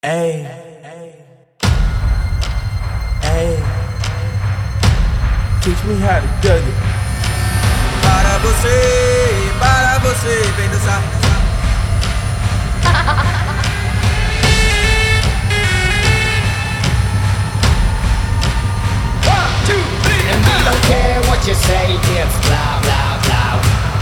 Hey. Hey. Teach me how to do it. Para você, vem dançar. 1, 2, 3, and we don't care what you say, it's blah, blah, blah.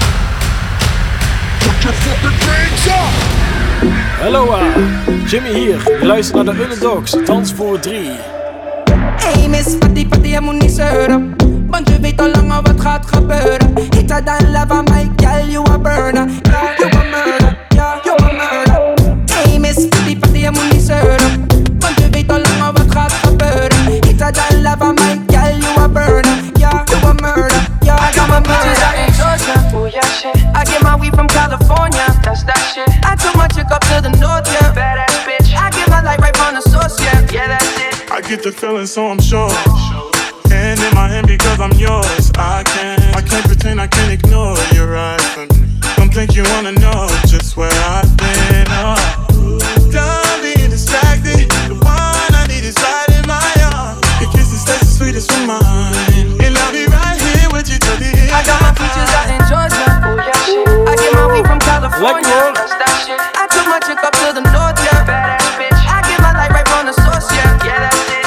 Put your fucking drinks up! Hallo, Jimmy hier. Je luistert naar de Underdogs, Dansvoer 3. Hey Miss Fatty Fatty, je moet niet zeuren, want je weet al lang al wat gaat gebeuren. Hitter dan lava, my girl, you a burner. Yeah, you a murder, yeah, you a murder. Hey Miss Fatty Fatty, je moet niet zeuren, want je weet al lang al wat gaat gebeuren. Hitter dan lava, my girl, you a burner. Yeah, you a murder, yeah, you a murder. Bitches out in Georgia, oh yeah shit. I get my weed from California, that's that shit. I took my chick up to the north, yeah, badass bitch. I give my life right from the source, yeah, yeah that's it. I get the feeling, so I'm sure. Hand in my hand because I'm yours. I can't pretend, I can't ignore. You're right for me. Don't think you wanna know just where I've been. Done being distracted. The one I need is right in my arms. Your kisses taste the sweetest of mine, and I'll be right here with you till the end. I got my peaches out in Georgia, oh yeah shit. I get my weed from California, that's that shit. I took my chick up to the north, yeah, badass bitch. I give my life right from the source, yeah, yeah that's it.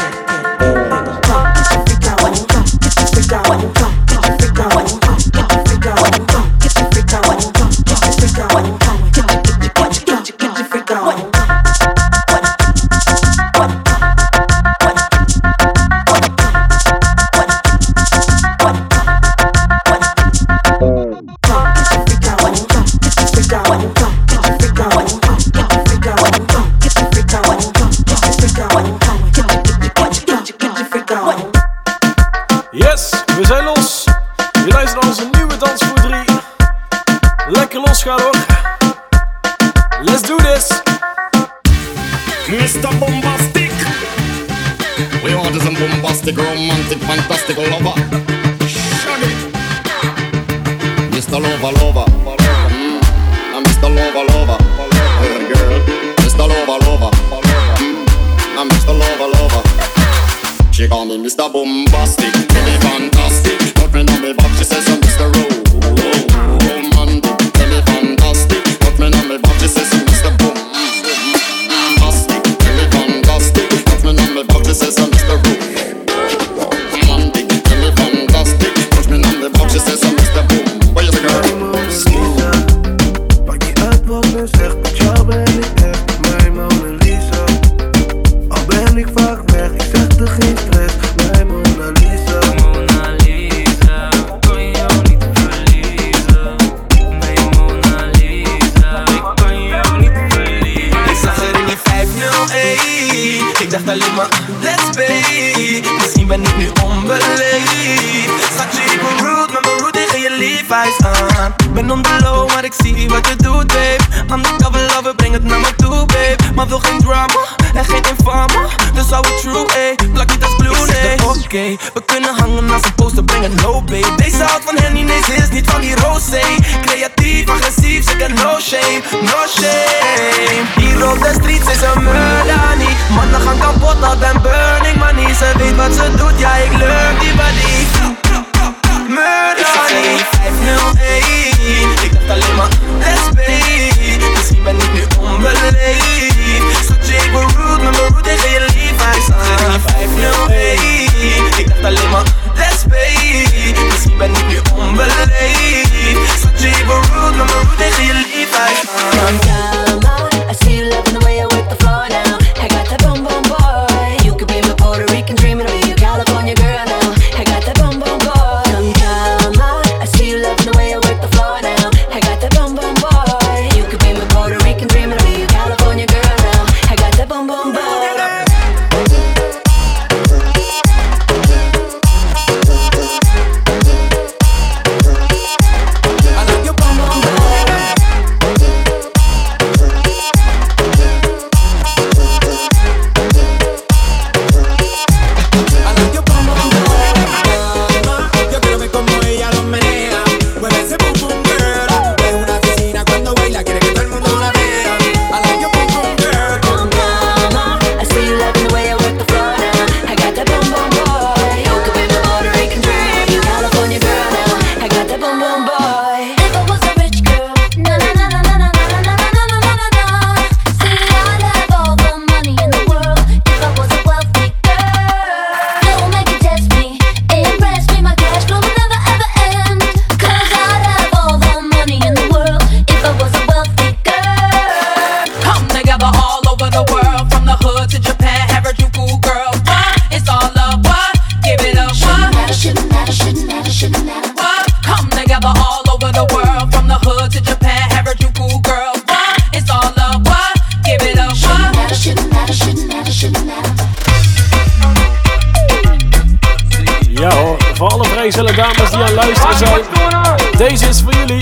Yes, we zijn los. Je luistert naar onze nieuwe Dansvoer 3. Lekker losgaan hoor. Let's do this. Mr. Bombastic, we want some bombastic, romantic, fantastic lover. Shut it. Mr. Lover, lover. I'm Mr. Lover, lover. Girl, Mr. Lover, lover. I'm Mr. Lover, lover. She call me Mr. Bombastic, really fantastic. Put me on me back, she says I'm Mr. Romantic, really fantastic. Put me on me back, she says I'm Mr. Bombastic, really fantastic. Put me on me back, she says I'm Mr. Romantic, really fantastic. Put me on me back, she says I'm Mr. Boom. Where you the girl? Smooth. Pak niet uit wat men zegt, met jou ben ik echt mijn Mona Lisa. Al ben ik vaak weg, ik zeg er geen stress, mijn Mona Lisa. Mona Lisa, kon jou niet verliezen. Mijn Mona Lisa, ik kan jou niet verliezen. Ik zag er in die 501. Ik dacht alleen maar, let's be. Misschien ben ik nu onbeleefd. Schatje, ik ben rude, met mijn rude tegen je Levi's aan. Ben on the low, maar ik zie wat je doet, babe. Undercover lover, breng het naar me toe, babe. Maar wil geen drama en geen infame, dus hou het true, ey. Plak niet als glue, nee. Oké, we kunnen hangen als een poster, breng het low, babe. Deze houdt van Henny, nee, ze is niet van die rosé. Creatief, agressief, ze kent no shame, no shame. Hier op de streets is een murder niet. Mannen gaan kapot, al ben burning money. Ze weet wat ze doet, ja, ik lurk die body. Murder niet. 501. Ik dacht alleen maar, let's be. Misschien ben ik nu onbeleefd. Schatje, ik ben rude, met mijn rude tegen je Levi's aan. 501. Ik dacht alleen maar, let's be. Misschien ben ik nu onbeleefd. Schatje, ik ben rude, met mijn rude tegen je Levi's aan. I see you loving the way I whip the floor now. I got that boom boom boy. You could be my Puerto Rican dream and I'll be your California girl now. I got that boom boom boy. Come calma. I see you loving the way I whip the floor now. I got that boom boom boy. You could be my Puerto Rican dream and I'll be your California girl now. I got that boom boom boy. together all over the world, from the hood to Japan, Harajuku girl. What? It's all love. What? Give it up. What? Shouldn't matter. What? Come together all over the world, from the hood to Japan, Harajuku girl. What? It's all love. What? Give it up. What? Shouldn't matter. Ja hoor, voor alle vrijgezelle dames die aan luisteren zijn, deze is voor jullie.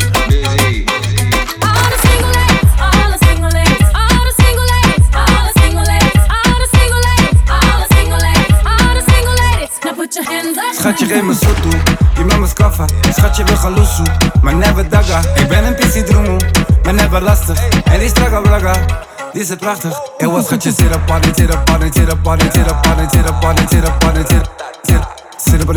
Schatje geef me zo toe, die mama's kaffa. Schatje wil gaan loesoe, maar never daga. Ik ben een pissie droemoe, maar never lastig. En die straga blaga, die is het prachtig. En wat schatje zit op party, zit op party, zit op party, zit op party, zit op party, zit op party, zit op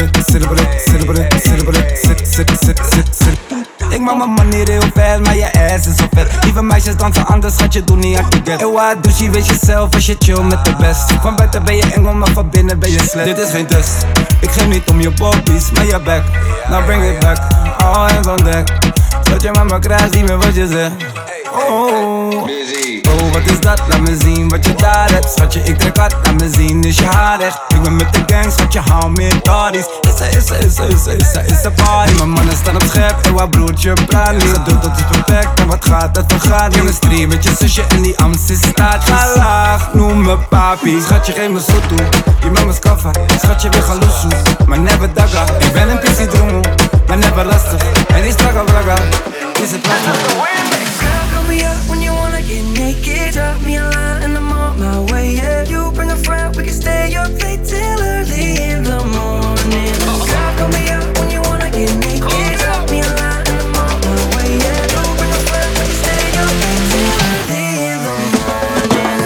party. Ik maak mijn manier heel vet, maar je ass is zo vet. Lieve meisjes dansen anders, schatje, doe niet hard to get. En wat doe je, weet jezelf als je chill met de best. Van buiten ben je engel, maar van binnen ben je slet. Dit is geen test, ik geef niet om je poppies, maar je back. Now bring it back, all hands on deck. Zodat je mama krijgt, niet meer wat je zegt. Oh, wat is dat? Laat me zien wat je daar hebt. Schatje, ik trek hard, laat me zien, is je haar echt. Ik ben met de gang, schatje, hou meer daddies. Is een party. Mijn mannen staan op schep en wat broertje praat niet. Ze doet dat is perfect en wat gaat dat vergaat. In de stream met je zusje en die Amstel staat. Ga laag, noem me papi. Schatje, geef me zo toe, die mama's kaffa. Schatje, wil gaan loesoe, maar never daga. Ik ben een pissie droemoe, maar never lastig. En die straga blaga, is het prachtig. When you wanna get naked, drop me a line and I'm on my way. Yeah, you bring a friend, we can stay up late till early in the morning. Call me up when you wanna get naked, drop me a line and I'm on my way. Yeah, you bring a friend, we can stay up late till early in the morning.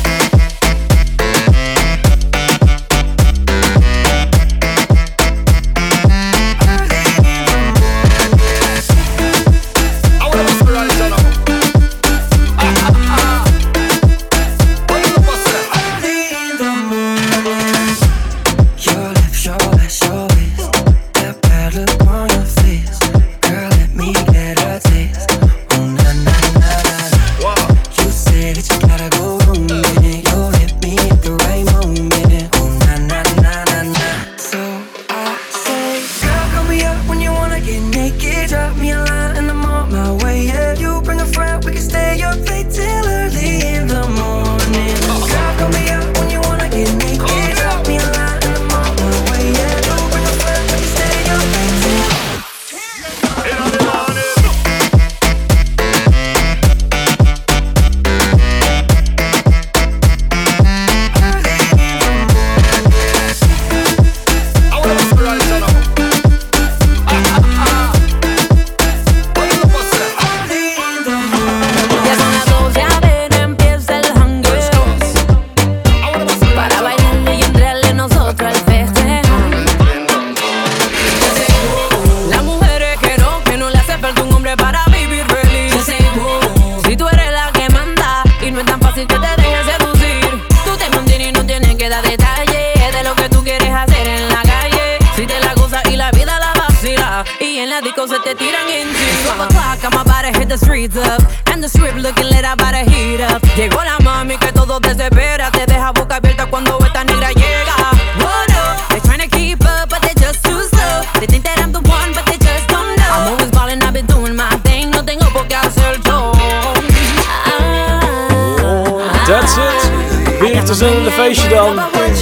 Se te tiran encima. 12 o'clock, I'm about to hit the streets up. And the strip looking lit, about to heat up. Llegó la mami que todo desespera. Te deja boca abierta cuando esta negra llega. What up? They tryna keep up, but they just too slow. They think that I'm the one, but they just don't know. I'm always ballin', I've been doing my thing. No tengo por qué hacer yo. That's it. Weer te zin in de feestje dan.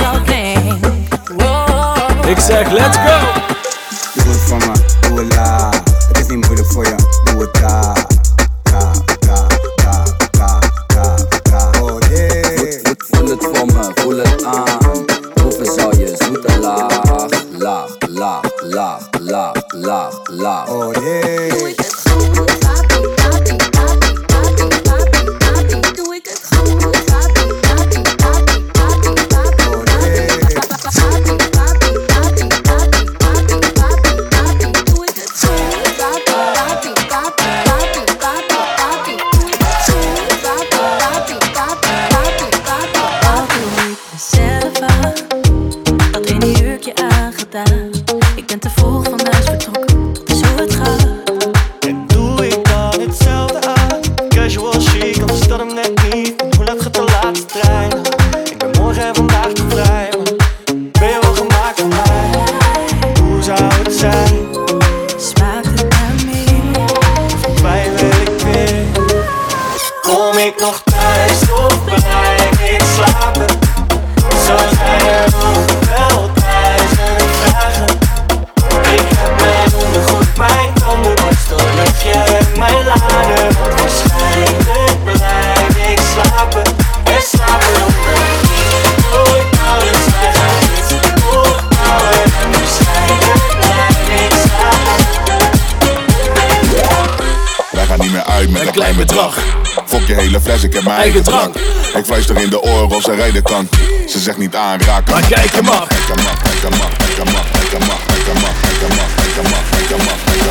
Ik zeg let's go. Doe het voor me, doe het laag. Het is niet moeilijk voor je, doe het daar. Oh yeah. Voel het voor me, voel het aan. Hoeveel zou je zoeten laag, laag, laag, laag, laag, laag, laag. Oh yeah. Doe ik het goed, papi, papi, papi, papi, papi, papi. Doe ik het goed, papi, papi, papi, papi, papi. Oh yeah. Papi, papi, papi, papi, papi, papi, papi. Doe ik het goed, papi, papi, papi, papi. wijs of blijf ik slapen? Zo zijn er nog wel 1000 vragen. Ik heb mijn ondergoed, mijn tandenborstel, luchtje en mijn lader. Waarschijnlijk blijf ik slapen en slapen omdat ik nooit alles weggaat. Iets opbouwen en waarschijnlijk blijf ik slapen. Wij gaan niet meer uit met een klein bedrag. Fok je hele fles, ik heb mijn eigen drank. Ik fluister in de oren of ze rijden kan. Ze zegt niet aanraken, maar kijken mag. Kijken mag, kijken mag, kijken mag, kijken mag, kijken mag, kijken mag, kijken mag, kijken mag, kijken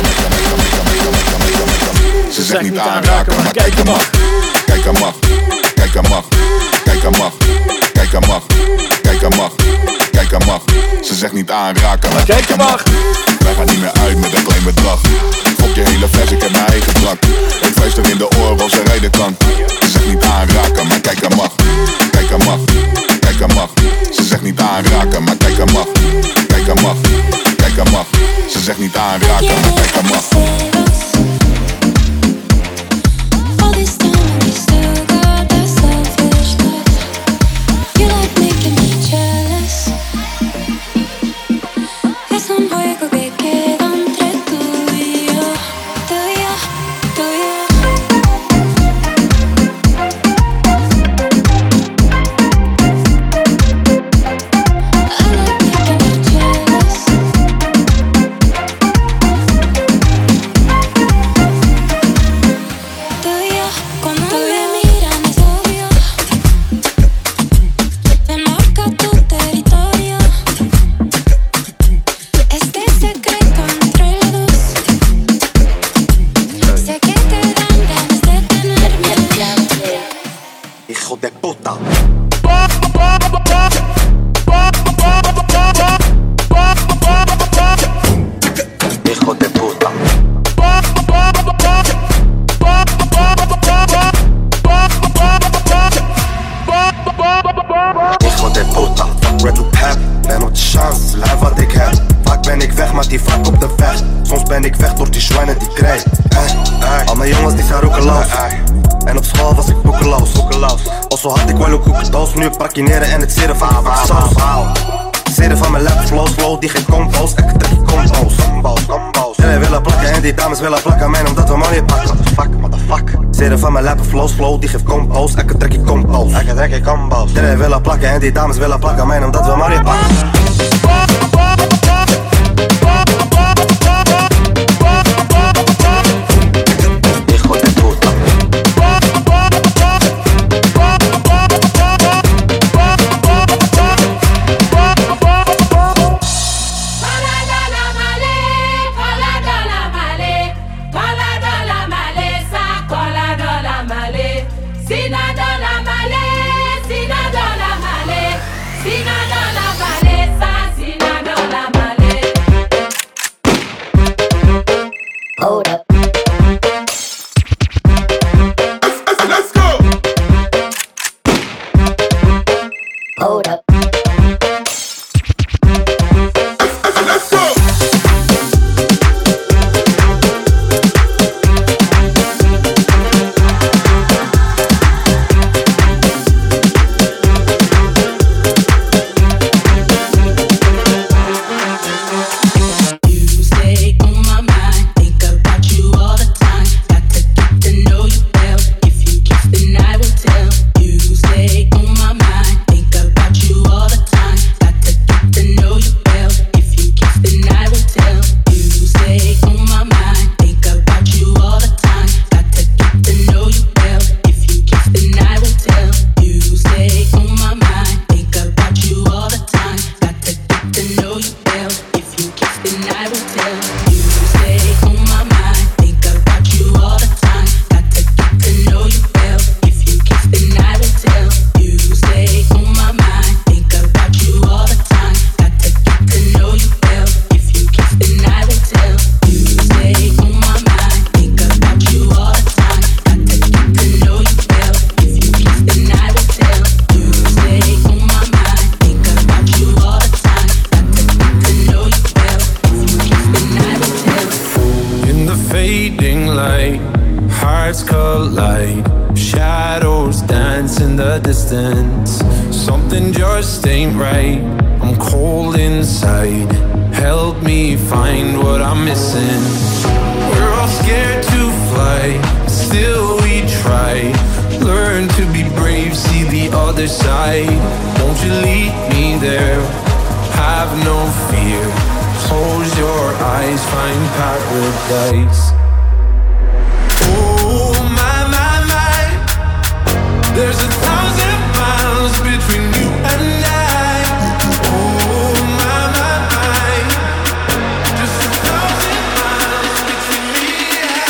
mag. Ze zegt niet aanraken, maar kijken mag. Kijken mag, kijken mag, kijken mag, kijken mag, kijken mag, kijken mag. Ze zegt niet aanraken, maar kijken mag. Wij gaan niet meer uit met een klein bedrag. Fok je hele fles, ik heb mijn eigen drank. Ik fluister in de oren of ze rijden kan. Ze zegt niet aanraken, maar kijken mag. Kijken mag, kijken mag. Ze zegt niet aanraken, maar kijken mag. Kijken mag, kijken mag. Ze zegt niet aanraken, maar kijken mag. All this time and you still got that selfish love. You like making me jealous. Es un juego que queda entre tú y yo, tú y yo, tú y yo. Hijo de puta. Hijo de puta. Hijo de puta. Red Loop heb, ben op de chance, lijf wat ik heb. Vaak ben ik weg met die vak op de weg. Soms ben ik weg door die zwijnen die krijg. Al mijn jongens die zijn roekeloos. En op school was ik boekeloos. Also had ik wel een koekendoos. Nu prakineren en het zeren van de saus. Zeren van mijn lap, flow, die geeft compost. Ik trek compost. Jullie willen plakken en die dames willen plakken mij omdat we money pakken. What the fuck? Zeren van mijn lap, flow, die geeft compost. Ik trek compost. Jullie willen plakken en die dames willen plakken mij omdat we money pakken. Hold up. Let's go. Hold up. Let's go. fading light, hearts collide, shadows dance. lights in the distance. Something just ain't right. I'm cold inside. Help me find what I'm missing. We're all scared to fly, still we try. Learn to be brave, see the other side. Won't you lead me there? Have no fear. Close your eyes, find paradise. Oh my, my, my. There's 1,000 miles between you and I. Oh my, my, my. Just 1,000 miles between me and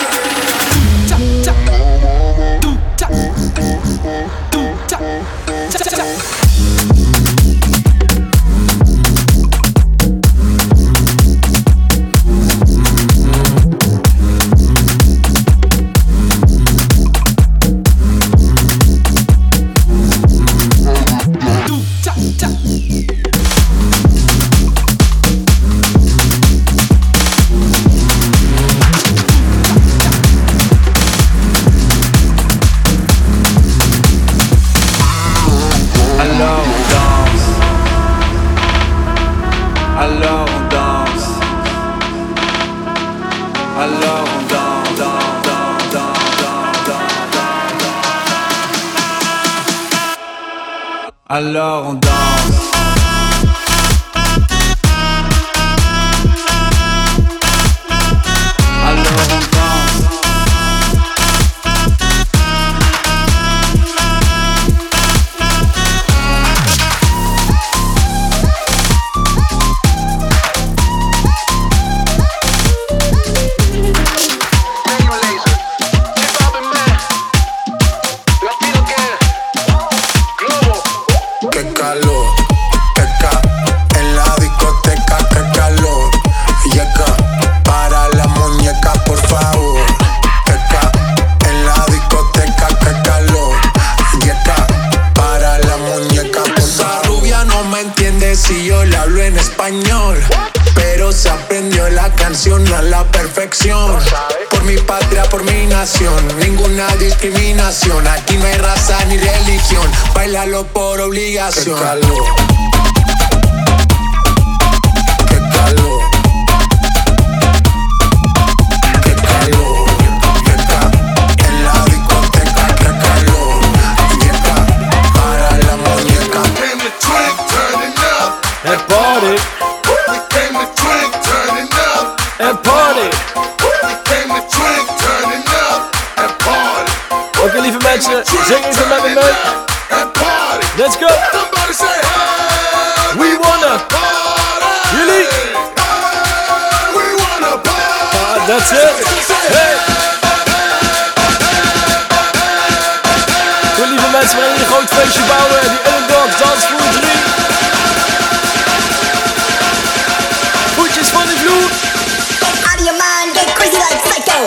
Alors on danse. Alors on danse. Si yo le hablo en español, pero se aprendió la canción a la perfección. Por mi patria, por mi nación, ninguna discriminación. Aquí no hay raza ni religión, bailalo por obligación. Qué calor, qué calor, qué calor, qué calor. En la discoteca, qué calor, quieca, para la muñeca. And party. We came to drink, turning up. And party. We came to drink, turning up. And party. Oké, lieve mensen, zing even met me mee. And party. Let's go. Somebody say hey. We wanna party. Jullie? We wanna party. That's it. Hey. Goed, lieve mensen, we gaan hier een groot feestje bouwen. Die Underdogs Dansvloer 3. Voetjes van de vloer. Get out of your mind, get crazy like psycho.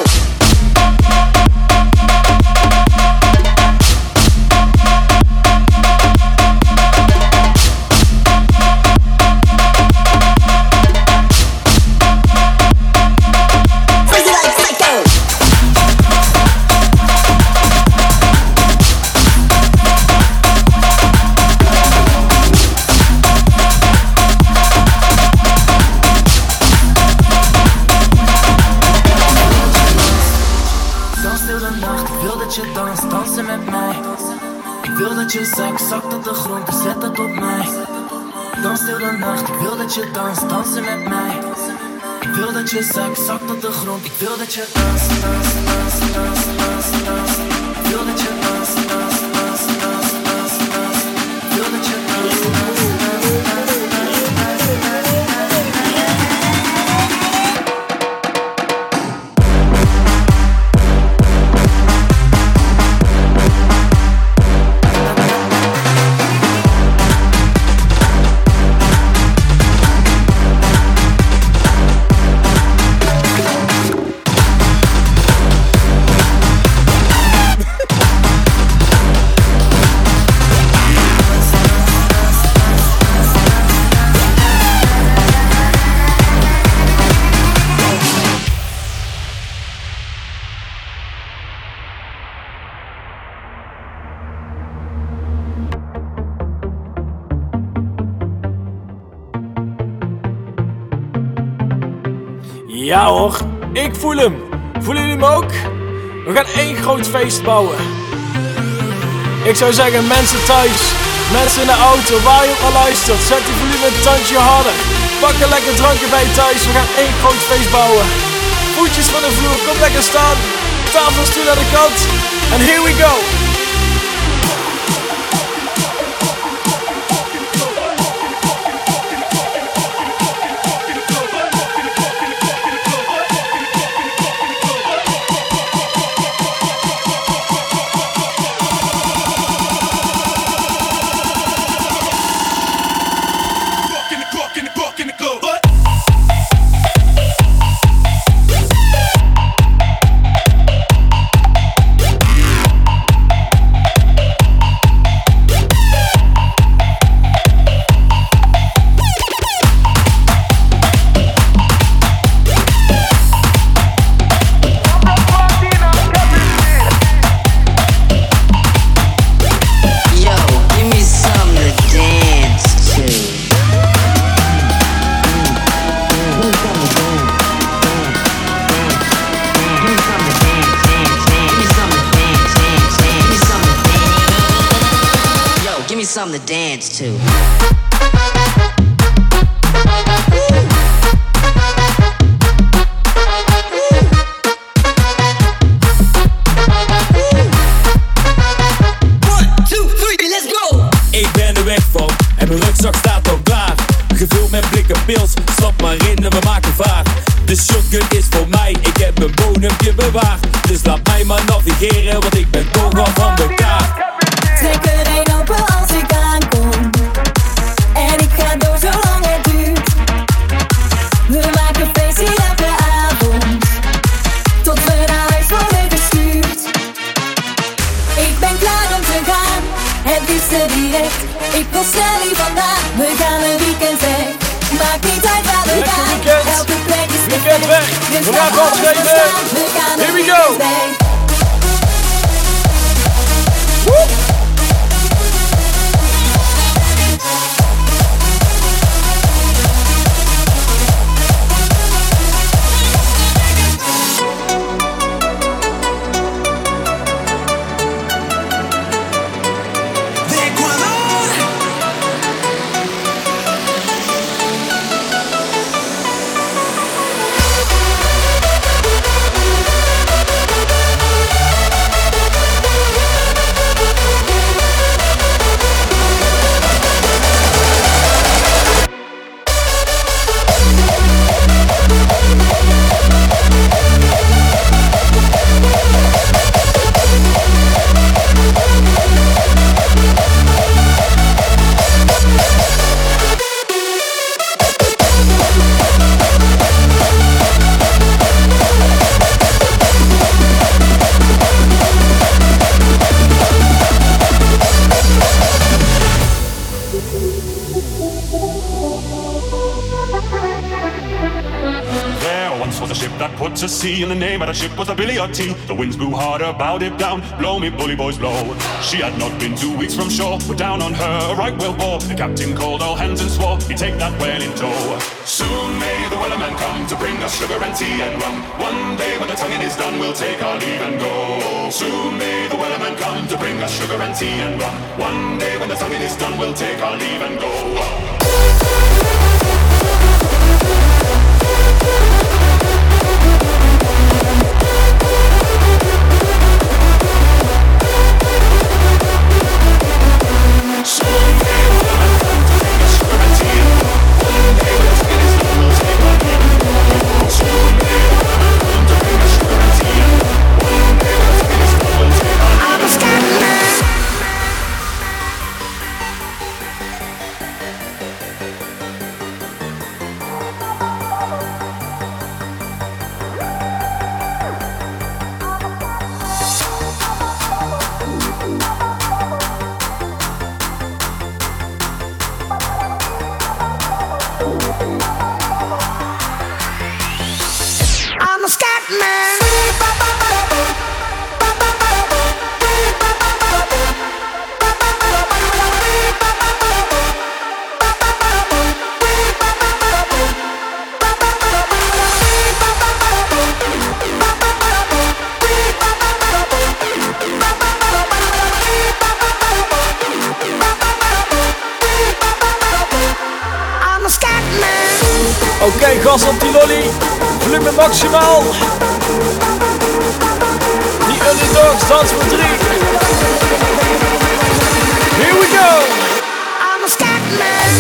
Dansen met mij. Ik wil dat je zakt op de grond, dus zet het op mij. Dans heel de nacht, ik wil dat je dansen met mij. Ik wil dat je zakt op de grond, ik wil dat je dans. Ik wil dat je dans. Ik wil dat je Ja hoor, ik voel hem. Voelen jullie hem ook? We gaan één groot feest bouwen. Ik zou zeggen, mensen thuis, mensen in de auto, waar je ook maar luistert, zet die volume een tandje harder. Pak een lekker drankje bij je thuis, we gaan één groot feest bouwen. Voetjes van de vloer, kom lekker staan. Tafelstoel aan de kant. En here we go. Something to dance to. Ik ben er weg van en mijn rugzak staat al klaar. Gevuld met blikken pils, stap maar in en we maken vaart. De shotgun is voor mij, ik heb mijn bodempje bewaard. Dus laat mij maar navigeren, want ik ben toch al van de kaart. Trek er een open als ik aankom. En ik ga door zolang het duurt. We maken feest hier elke avond. Tot we naar huis worden gestuurd. Ik ben klaar om te gaan, het liefste direct. Ik wil snel hier vandaan, we gaan een weekend weg. Maakt niet uit waar we gaan, elke plek is perfect. Weg, we gaan gas geven. Here we go. To sea, and the name of the ship was the Billy O.T. The winds blew harder, bowed it down. Blow me, bully boys, blow. She had not been 2 weeks from shore. We're down on her, a right whale bore. The captain called all hands and swore he'd take that whale in tow. Soon may the wellerman come to bring us sugar and tea and rum. One day when the tonguing is done, we'll take our leave and go. Soon may the wellerman come to bring us sugar and tea and rum. One day when the tonguing is done, we'll take our leave and go. Oké, gas op die lolly. Volume maximaal. Die Underdogs, dans voor 3. Here we go. I'm a Scatman.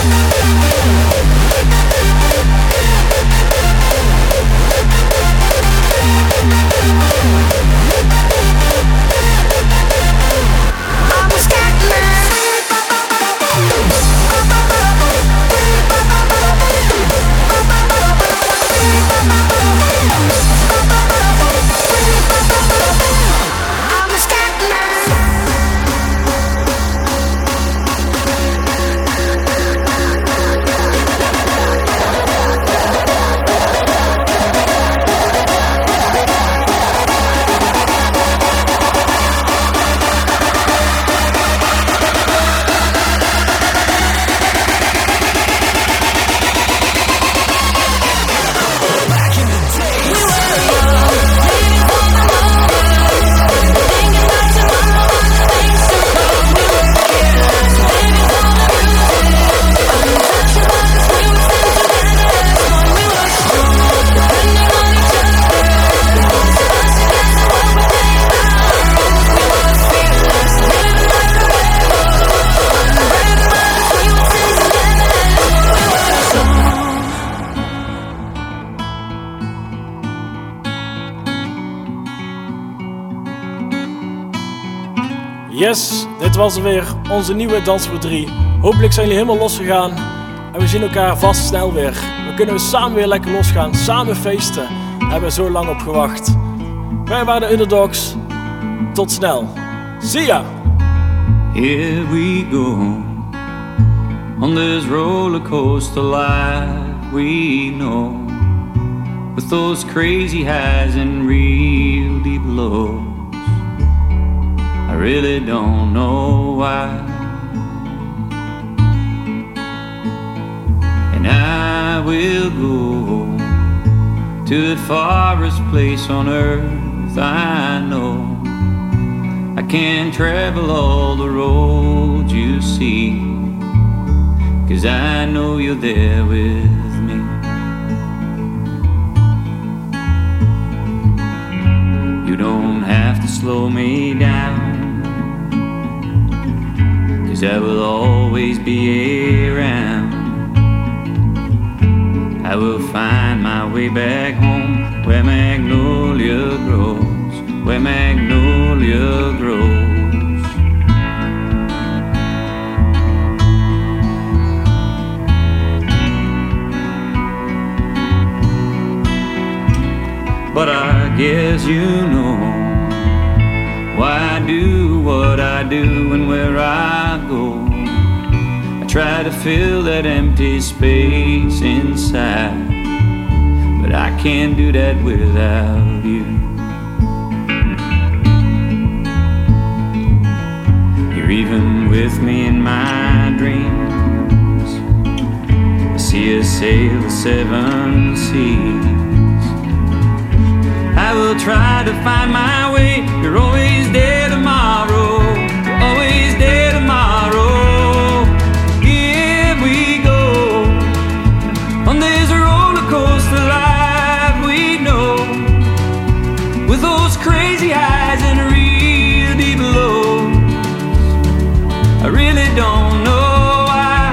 Yes, dit was er weer, onze nieuwe Dans voor 3. Hopelijk zijn jullie helemaal losgegaan. En we zien elkaar vast snel weer. Dan kunnen we samen weer lekker losgaan, samen feesten. Daar hebben we zo lang op gewacht. Wij waren de Underdogs. Tot snel. See ya! Here we go on this roller coaster life we know, with those crazy highs and real deep lows. I really don't know why, and I will go to the farthest place on earth I know. I can't travel all the roads you see, 'cause I know you're there with me. You don't have to slow me down, 'cause I will always be around. I will find my way back home, where magnolia grows, where magnolia grows. But I guess you know why I do what I do and where I go. I try to fill that empty space inside, but I can't do that without you. You're even with me in my dreams. I see us sail the 7 seas. I will try to find my way. You're always there tomorrow. You're always there tomorrow. Here we go on this roller coaster life we know, with those crazy highs and real deep lows. I really don't know why,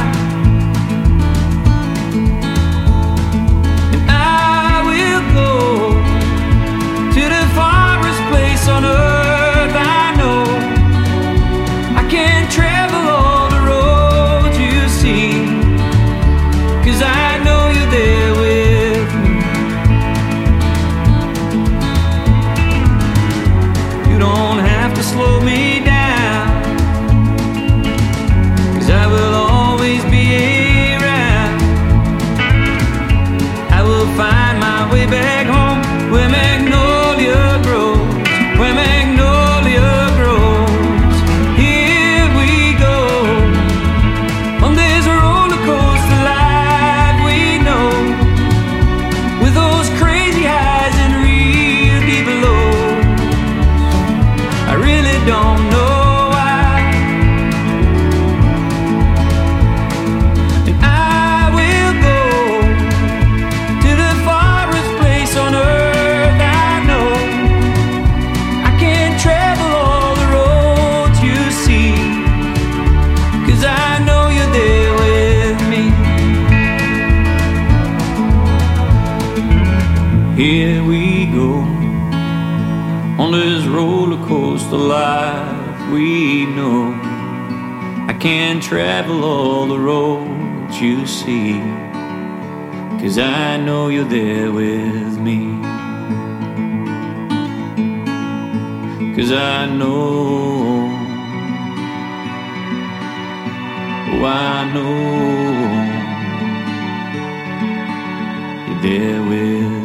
and I will go to the farthest place on earth I know. I can't travel all the roads you see, 'cause I know you're there with me. You don't have to slow me down, on this roller coaster life we know. I can't travel all the roads you see, 'cause I know you're there with me. 'Cause I know, oh I know you're there with me.